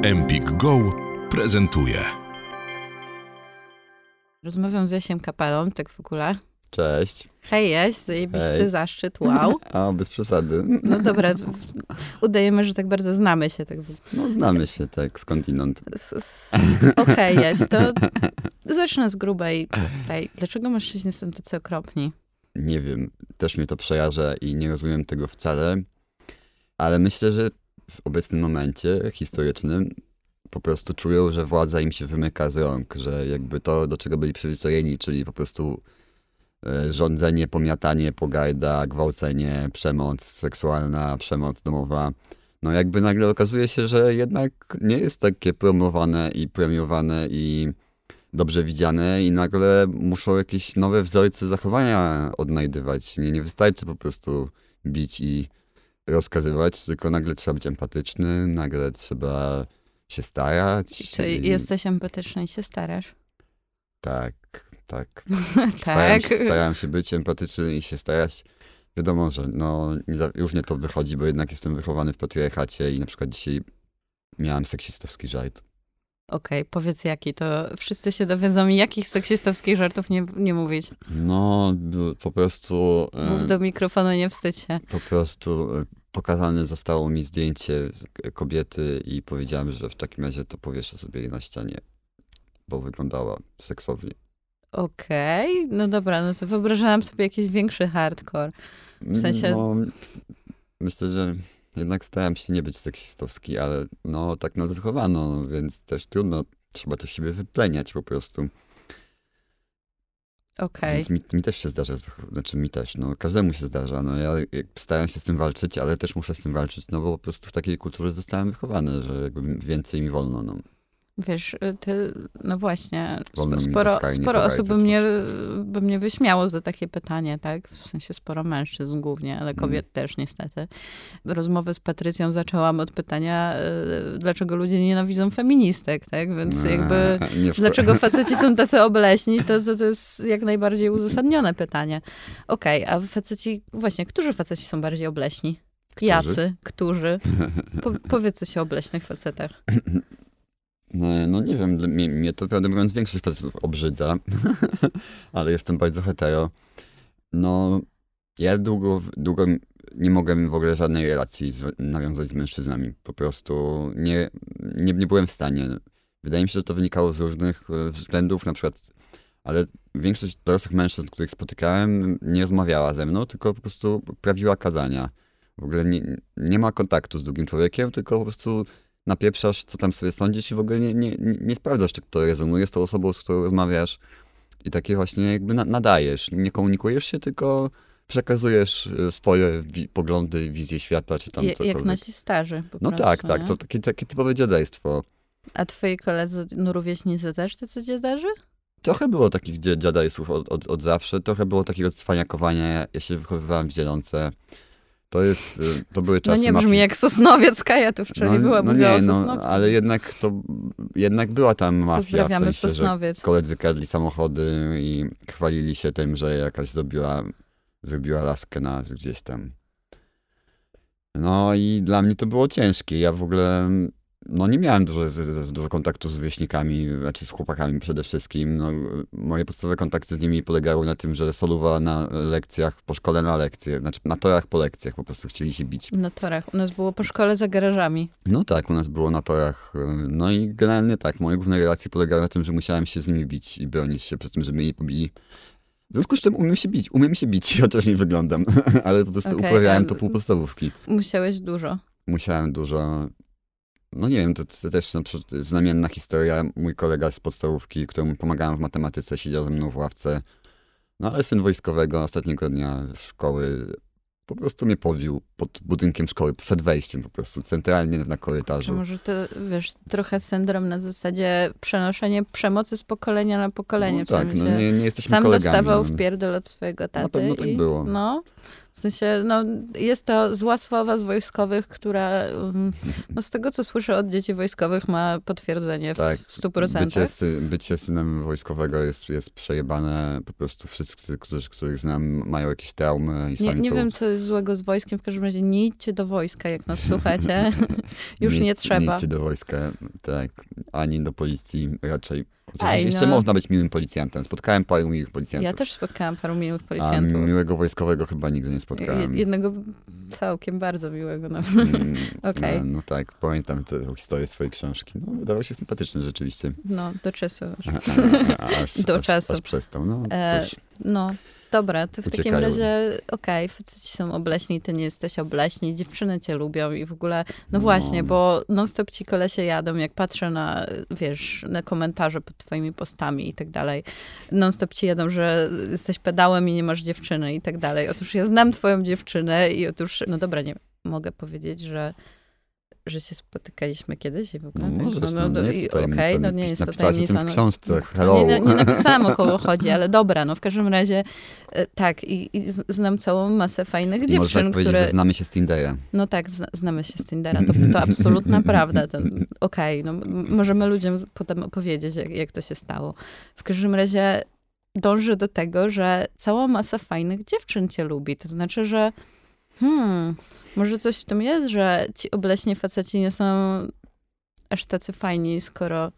Empik Go prezentuje. Rozmawiam z Jasiem Kapelą, tak w ogóle. Cześć. Hej Jaś, zajebisty Hej. zaszczyt, wow. A, bez przesady. No dobra, udajemy, że tak bardzo znamy się. Tak No znamy się tak skądinąd. Okej, Jaś, to zacznę z grubej. Dlaczego mężczyźni są tacy okropni? Nie wiem, też mnie to przejarza i nie rozumiem tego wcale, ale myślę, że w obecnym momencie historycznym po prostu czują, że władza im się wymyka z rąk, że jakby to, do czego byli przyzwyczajeni, czyli po prostu rządzenie, pomiatanie, pogarda, gwałcenie, przemoc seksualna, przemoc domowa. No jakby nagle okazuje się, że jednak nie jest takie promowane i premiowane i dobrze widziane i nagle muszą jakieś nowe wzorce zachowania odnajdywać. Nie wystarczy po prostu bić i rozkazywać, tylko nagle trzeba być empatyczny, nagle trzeba się starać. Czy jesteś empatyczny i się starasz? Tak. Tak. Staram się być empatyczny i się starać. Wiadomo, że już nie to wychodzi, bo jednak jestem wychowany w patriarchacie i na przykład dzisiaj miałem seksistowski żart. Okej, powiedz jaki, to wszyscy się dowiedzą, jakich seksistowskich żartów nie mówić. No, po prostu... Mów do mikrofonu, nie wstydź się. Po prostu pokazane zostało mi zdjęcie kobiety i powiedziałem, że w takim razie to powieszę sobie jej na ścianie, bo wyglądała seksownie. Okej, no dobra, no to wyobrażałam sobie jakiś większy hardcore. W sensie... No, myślę, że jednak starałem się nie być seksistowski, ale no tak nas wychowano, więc też trudno, trzeba to siebie wypleniać po prostu. Okej. Więc mi też się zdarza, znaczy mi też, no każdemu się zdarza, no ja staram się z tym walczyć, ale też muszę z tym walczyć, no bo po prostu w takiej kulturze zostałem wychowany, że jakby więcej mi wolno, no. Wiesz, no właśnie, Wolno mi sporo bezkarnie osób pogardzać. by mnie wyśmiało za takie pytanie, tak? W sensie sporo mężczyzn głównie, ale kobiet też niestety. Rozmowę z Patrycją zaczęłam od pytania, dlaczego ludzie nienawidzą feministek, tak? Więc jakby, dlaczego faceci są tacy obleśni, to jest jak najbardziej uzasadnione pytanie. Okej, a faceci, właśnie, którzy faceci są bardziej obleśni? Jacy? Którzy? Powiedz coś o obleśnych facetach. No nie wiem, mnie to prawdę mówiąc większość facetów obrzydza, ale jestem bardzo hetero. No, ja długo nie mogłem w ogóle żadnej relacji nawiązać z mężczyznami. Po prostu nie byłem w stanie. Wydaje mi się, że to wynikało z różnych względów, na przykład, ale większość dorosłych mężczyzn, których spotykałem, nie rozmawiała ze mną, tylko po prostu prawiła kazania. W ogóle nie ma kontaktu z drugim człowiekiem, tylko po prostu napieprzasz, co tam sobie sądzisz i w ogóle nie sprawdzasz, czy kto rezonuje z tą osobą, z którą rozmawiasz i takie właśnie jakby nadajesz. Nie komunikujesz się, tylko przekazujesz swoje poglądy, wizję świata, czy tam cokolwiek. Jak nasi starzy po No prostu, tak, nie? to takie typowe dziadejstwo. A twoi koledzy, no rówieśnicy też tacy dziadarzy? Trochę było takich dziadejstwów od zawsze, trochę było takiego cwaniakowania. Ja się wychowywałem w Zielonce. To były czasy No nie brzmi mafii. jak Sosnowiec, ja tu wczoraj była, mówiła o Sosnowcu. Ale jednak była tam mafia, Pozdrawiamy w sensie, Sosnowiec. że koledzy kradli samochody i chwalili się tym, że jakaś zrobiła laskę gdzieś tam. No i dla mnie to było ciężkie. Ja w ogóle nie miałem dużo kontaktu z rówieśnikami, znaczy z chłopakami przede wszystkim. No, moje podstawowe kontakty z nimi polegały na tym, że soluwa na lekcjach, po szkole na lekcje, znaczy na torach po lekcjach po prostu chcieli się bić. Na torach. U nas było po szkole za garażami. No tak, u nas było na torach. No i generalnie tak, moje główne relacje polegały na tym, że musiałem się z nimi bić i bronić się przed tym, żeby mnie nie pobili. W związku z czym umiem się bić, chociaż nie wyglądam, ale po prostu uprawiałem to pół podstawówki. Musiałeś dużo. Musiałem dużo. No nie wiem, to też na przykład znamienna historia. Mój kolega z podstawówki, któremu pomagałem w matematyce, siedział ze mną w ławce. No ale syn wojskowego ostatniego dnia szkoły po prostu mnie pobił pod budynkiem szkoły, przed wejściem po prostu, centralnie na korytarzu. Czy może to, wiesz, trochę syndrom na zasadzie przenoszenie przemocy z pokolenia na pokolenie. No w tak, sensie nie jesteśmy sam kolegami. dostawał wpierdol od swojego taty. Na pewno tak i, było. No, W sensie, no, jest to zła sława z wojskowych, która, no, z tego co słyszę od dzieci wojskowych, ma potwierdzenie w 100%. Bycie synem wojskowego jest przejebane. Po prostu wszyscy, których znam, mają jakieś traumy. I Nie wiem, co jest złego z wojskiem. W każdym razie nie idźcie do wojska, jak nas słuchacie. Już nie trzeba. Nie idźcie do wojska, tak. Ani do policji raczej. Oczywiście można być miłym policjantem. Spotkałem paru miłych policjantów. Ja też spotkałem paru miłych policjantów. A miłego wojskowego chyba nigdy nie spotkałem. Jednego całkiem bardzo miłego. No. Okay. No tak, pamiętam tę historię swojej książki. No, wydawał się sympatyczny rzeczywiście. No, do czasu. Aż przestał. No, cóż. No. Dobra, to w takim razie faceci są obleśni, ty nie jesteś obleśni, dziewczyny cię lubią i w ogóle, no właśnie, bo non-stop ci kolesie jadą, jak patrzę na, wiesz, na komentarze pod twoimi postami i tak dalej, non-stop ci jadą, że jesteś pedałem i nie masz dziewczyny i tak dalej. Otóż ja znam twoją dziewczynę i otóż, no dobra, nie mogę powiedzieć, że się spotykaliśmy kiedyś i w ogóle. No, nie jest to tajemnica. W książce, hello. Nie napisałam, o kogo chodzi, ale dobra, no w każdym razie tak, i znam całą masę fajnych dziewczyn, można tak powiedzieć, że znamy się z Tindera. No tak, znamy się z Tindera, to absolutna prawda. No możemy ludziom potem opowiedzieć, jak to się stało. W każdym razie dążę do tego, że cała masa fajnych dziewczyn cię lubi, to znaczy, że może coś w tym jest, że ci obleśni faceci nie są aż tacy fajni, skoro...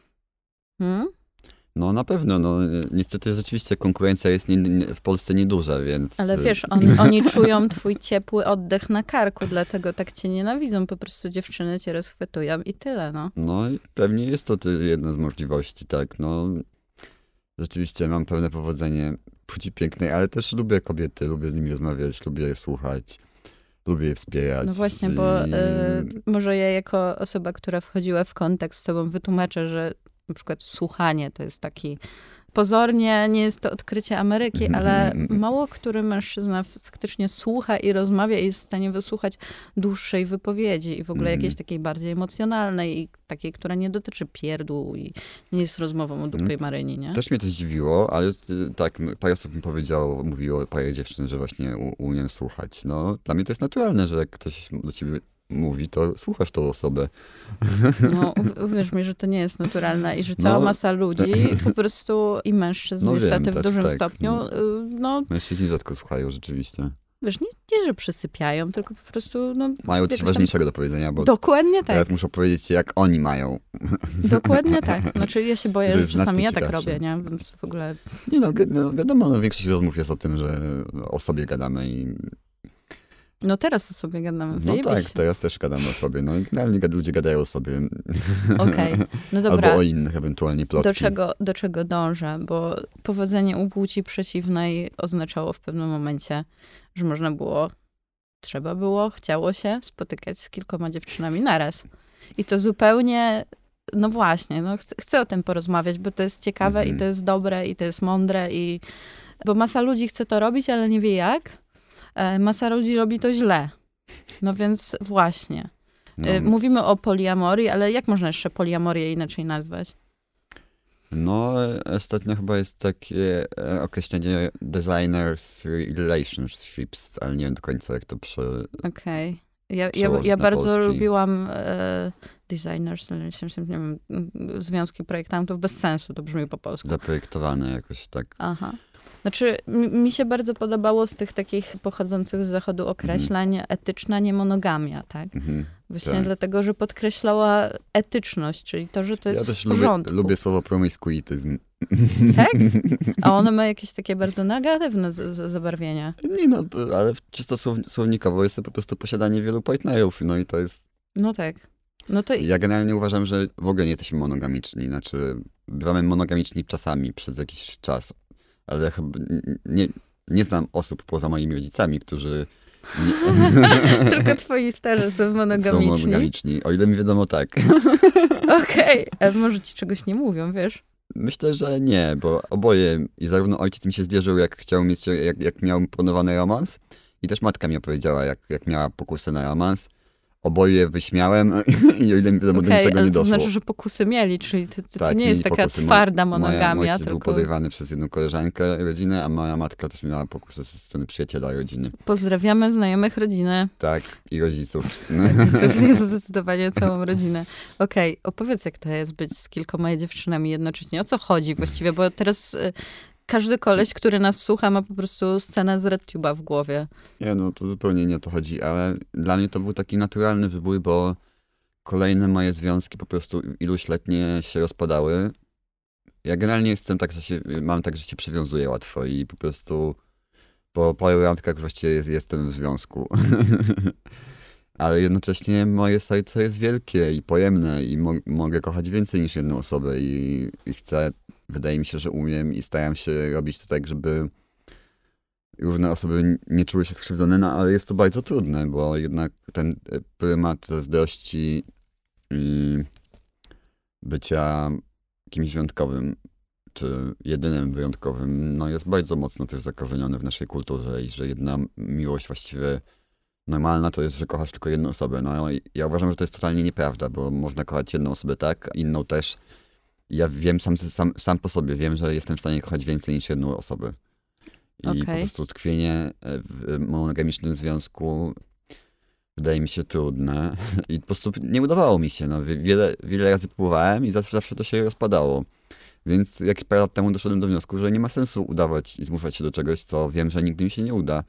No na pewno, no niestety rzeczywiście konkurencja jest w Polsce nieduża, więc... Ale wiesz, oni czują twój ciepły oddech na karku, dlatego tak cię nienawidzą, po prostu dziewczyny cię rozchwytują i tyle, no. No i pewnie jest to jedna z możliwości, tak, no. Rzeczywiście mam pełne powodzenie płci pięknej, ale też lubię kobiety, lubię z nimi rozmawiać, lubię je słuchać. Lubię je wspierać. No właśnie, bo może ja jako osoba, która wchodziła w kontekst z tobą wytłumaczę, że na przykład słuchanie to jest taki... Pozornie nie jest to odkrycie Ameryki, ale mało który mężczyzna faktycznie słucha i rozmawia i jest w stanie wysłuchać dłuższej wypowiedzi i w ogóle jakiejś takiej bardziej emocjonalnej i takiej, która nie dotyczy pierdół i nie jest rozmową o dupie Maryni, nie? Też mnie to zdziwiło, ale tak, parę osób mi mówiło, parę dziewczyn, że właśnie umiem słuchać. No, dla mnie to jest naturalne, że jak ktoś do ciebie mówi, to słuchasz tą osobę. No, uwierz mi, że to nie jest naturalne i że cała masa ludzi po prostu i mężczyzn niestety w dużym stopniu. Mężczyźni rzadko słuchają rzeczywiście. Wiesz, nie, że przysypiają, tylko po prostu... mają coś ważniejszego do powiedzenia, bo dokładnie tak. Teraz muszą powiedzieć, jak oni mają. Dokładnie tak. Znaczy ja się boję, że czasami ja tak robię, nie? Więc w ogóle... Nie wiadomo, większość rozmów jest o tym, że o sobie gadamy i... No teraz o sobie gadamy, zajebiście. No tak, teraz też gadamy o sobie. No i generalnie ludzie gadają o sobie. Okej, no dobra. Albo o innych ewentualnie plotki. Do czego dążę? Bo powodzenie u płci przeciwnej oznaczało w pewnym momencie, że trzeba było, chciało się spotykać z kilkoma dziewczynami naraz. I to zupełnie, no właśnie, chcę o tym porozmawiać, bo to jest ciekawe i to jest dobre i to jest mądre bo masa ludzi chce to robić, ale nie wie jak. Masa ludzi robi to źle. No więc właśnie. Mówimy o poliamorii, ale jak można jeszcze poliamorię inaczej nazwać? No, ostatnio chyba jest takie określenie designers relationships, ale nie wiem do końca jak to Okej. Ja bardzo lubiłam designers relationships, nie wiem, związki projektantów, bez sensu, to brzmi po polsku. Zaprojektowane jakoś tak. Aha. Znaczy, mi się bardzo podobało z tych takich pochodzących z zachodu określeń etyczna niemonogamia, tak? Właśnie dlatego, że podkreślała etyczność, czyli to, że to jest w porządku. Lubię słowo promiskuityzm. Tak? A ono ma jakieś takie bardzo negatywne zabarwienia. Nie no, ale czysto słownikowo jest to po prostu posiadanie wielu partnerów, no i to jest... No tak. Ja generalnie uważam, że w ogóle nie jesteśmy monogamiczni, znaczy bywamy monogamiczni czasami przez jakiś czas, ale chyba nie znam osób poza moimi rodzicami, którzy... Tylko twoi starzy są monogamiczni. Są monogamiczni, o ile mi wiadomo tak. Okej, a może ci czegoś nie mówią, wiesz? Myślę, że nie, bo oboje, i zarówno ojciec mi się zbierzył, jak chciał mieć, jak miał planowany romans, i też matka mi opowiedziała, jak miała pokusę na romans, oboje wyśmiałem i o ile mi wiadomo, do niczego nie doszło. To znaczy, że pokusy mieli, czyli to Tak, nie jest mieli taka pokusy. twarda monogamia. Mój ojciec był tylko... podejrzany przez jedną koleżankę rodziny, a moja matka też miała pokusy ze strony przyjaciela rodziny. Pozdrawiamy znajomych rodziny. Tak, i rodziców. Rodziców nie zdecydowanie całą rodzinę. Okej, opowiedz, jak to jest być z kilkoma dziewczynami jednocześnie. O co chodzi właściwie? Bo teraz każdy koleś, który nas słucha, ma po prostu scenę z RedTube'a w głowie. Nie, no to zupełnie nie o to chodzi, ale dla mnie to był taki naturalny wybór, bo kolejne moje związki po prostu iluśletnie się rozpadały. Ja generalnie jestem tak, że mam tak, że się przywiązuję łatwo i po prostu po paru randkach właściwie jestem w związku. Ale jednocześnie moje serce jest wielkie i pojemne i mogę kochać więcej niż jedną osobę i chcę, wydaje mi się, że umiem i staram się robić to tak, żeby różne osoby nie czuły się skrzywdzone, no ale jest to bardzo trudne, bo jednak ten prymat zazdrości i bycia kimś wyjątkowym, czy jedynym wyjątkowym, no jest bardzo mocno też zakorzeniony w naszej kulturze i że jedna miłość właściwie normalna to jest, że kochasz tylko jedną osobę. No i ja uważam, że to jest totalnie nieprawda, bo można kochać jedną osobę tak, inną też. Ja wiem sam po sobie, wiem, że jestem w stanie kochać więcej niż jedną osobę. I po prostu tkwienie w monogamicznym związku wydaje mi się trudne i po prostu nie udawało mi się. No, wiele razy próbowałem i zawsze to się rozpadało. Więc jakieś parę lat temu doszedłem do wniosku, że nie ma sensu udawać i zmuszać się do czegoś, co wiem, że nigdy mi się nie uda.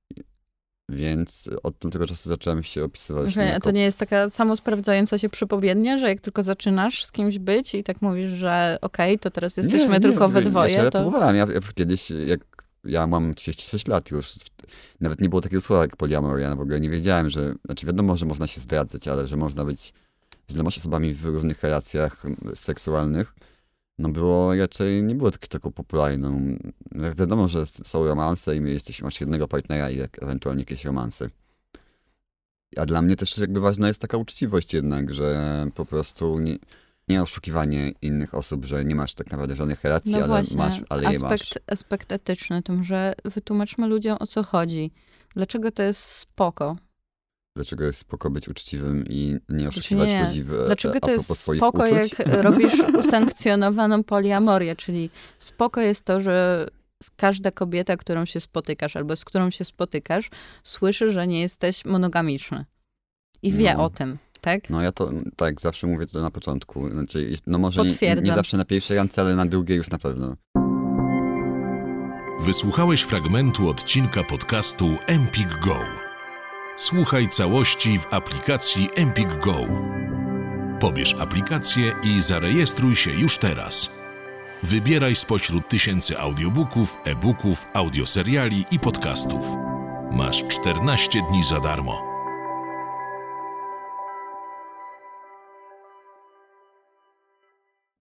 Więc od tego czasu zacząłem się opisywać. A to nie jest taka samosprawdzająca się przepowiednia, że jak tylko zaczynasz z kimś być i tak mówisz, że okej, to teraz jesteśmy tylko we dwoje. Ja próbowałem. Ja kiedyś, ja mam 36 lat już, nawet nie było takiego słowa jak poliamoria. W ogóle nie wiedziałem, że, znaczy wiadomo, że można się zdradzać, ale że można być z wieloma osobami w różnych relacjach seksualnych, no raczej nie było taką popularną. Wiadomo, że są romanse i masz jednego partnera i ewentualnie jakieś romanse. A dla mnie też jakby ważna jest taka uczciwość jednak, że po prostu nie oszukiwanie innych osób, że nie masz tak naprawdę żadnych relacji, no właśnie, ale je masz. Aspekt etyczny, tym, że wytłumaczmy ludziom, o co chodzi. Dlaczego to jest spoko? Dlaczego jest spoko być uczciwym i nie oszukiwać ludzi Dlaczego to jest spoko, uczuć? Jak robisz usankcjonowaną poliamorię, czyli spoko jest to, że każda kobieta, którą się spotykasz albo z którą się spotykasz, słyszy, że nie jesteś monogamiczny. I wie o tym, tak? No ja to tak zawsze mówię to na początku. Znaczy, no może nie zawsze na pierwszej randce, ale na drugiej już na pewno. Wysłuchałeś fragmentu odcinka podcastu Empik Go. Słuchaj całości w aplikacji Empik Go. Pobierz aplikację i zarejestruj się już teraz. Wybieraj spośród tysięcy audiobooków, e-booków, audioseriali i podcastów. Masz 14 dni za darmo.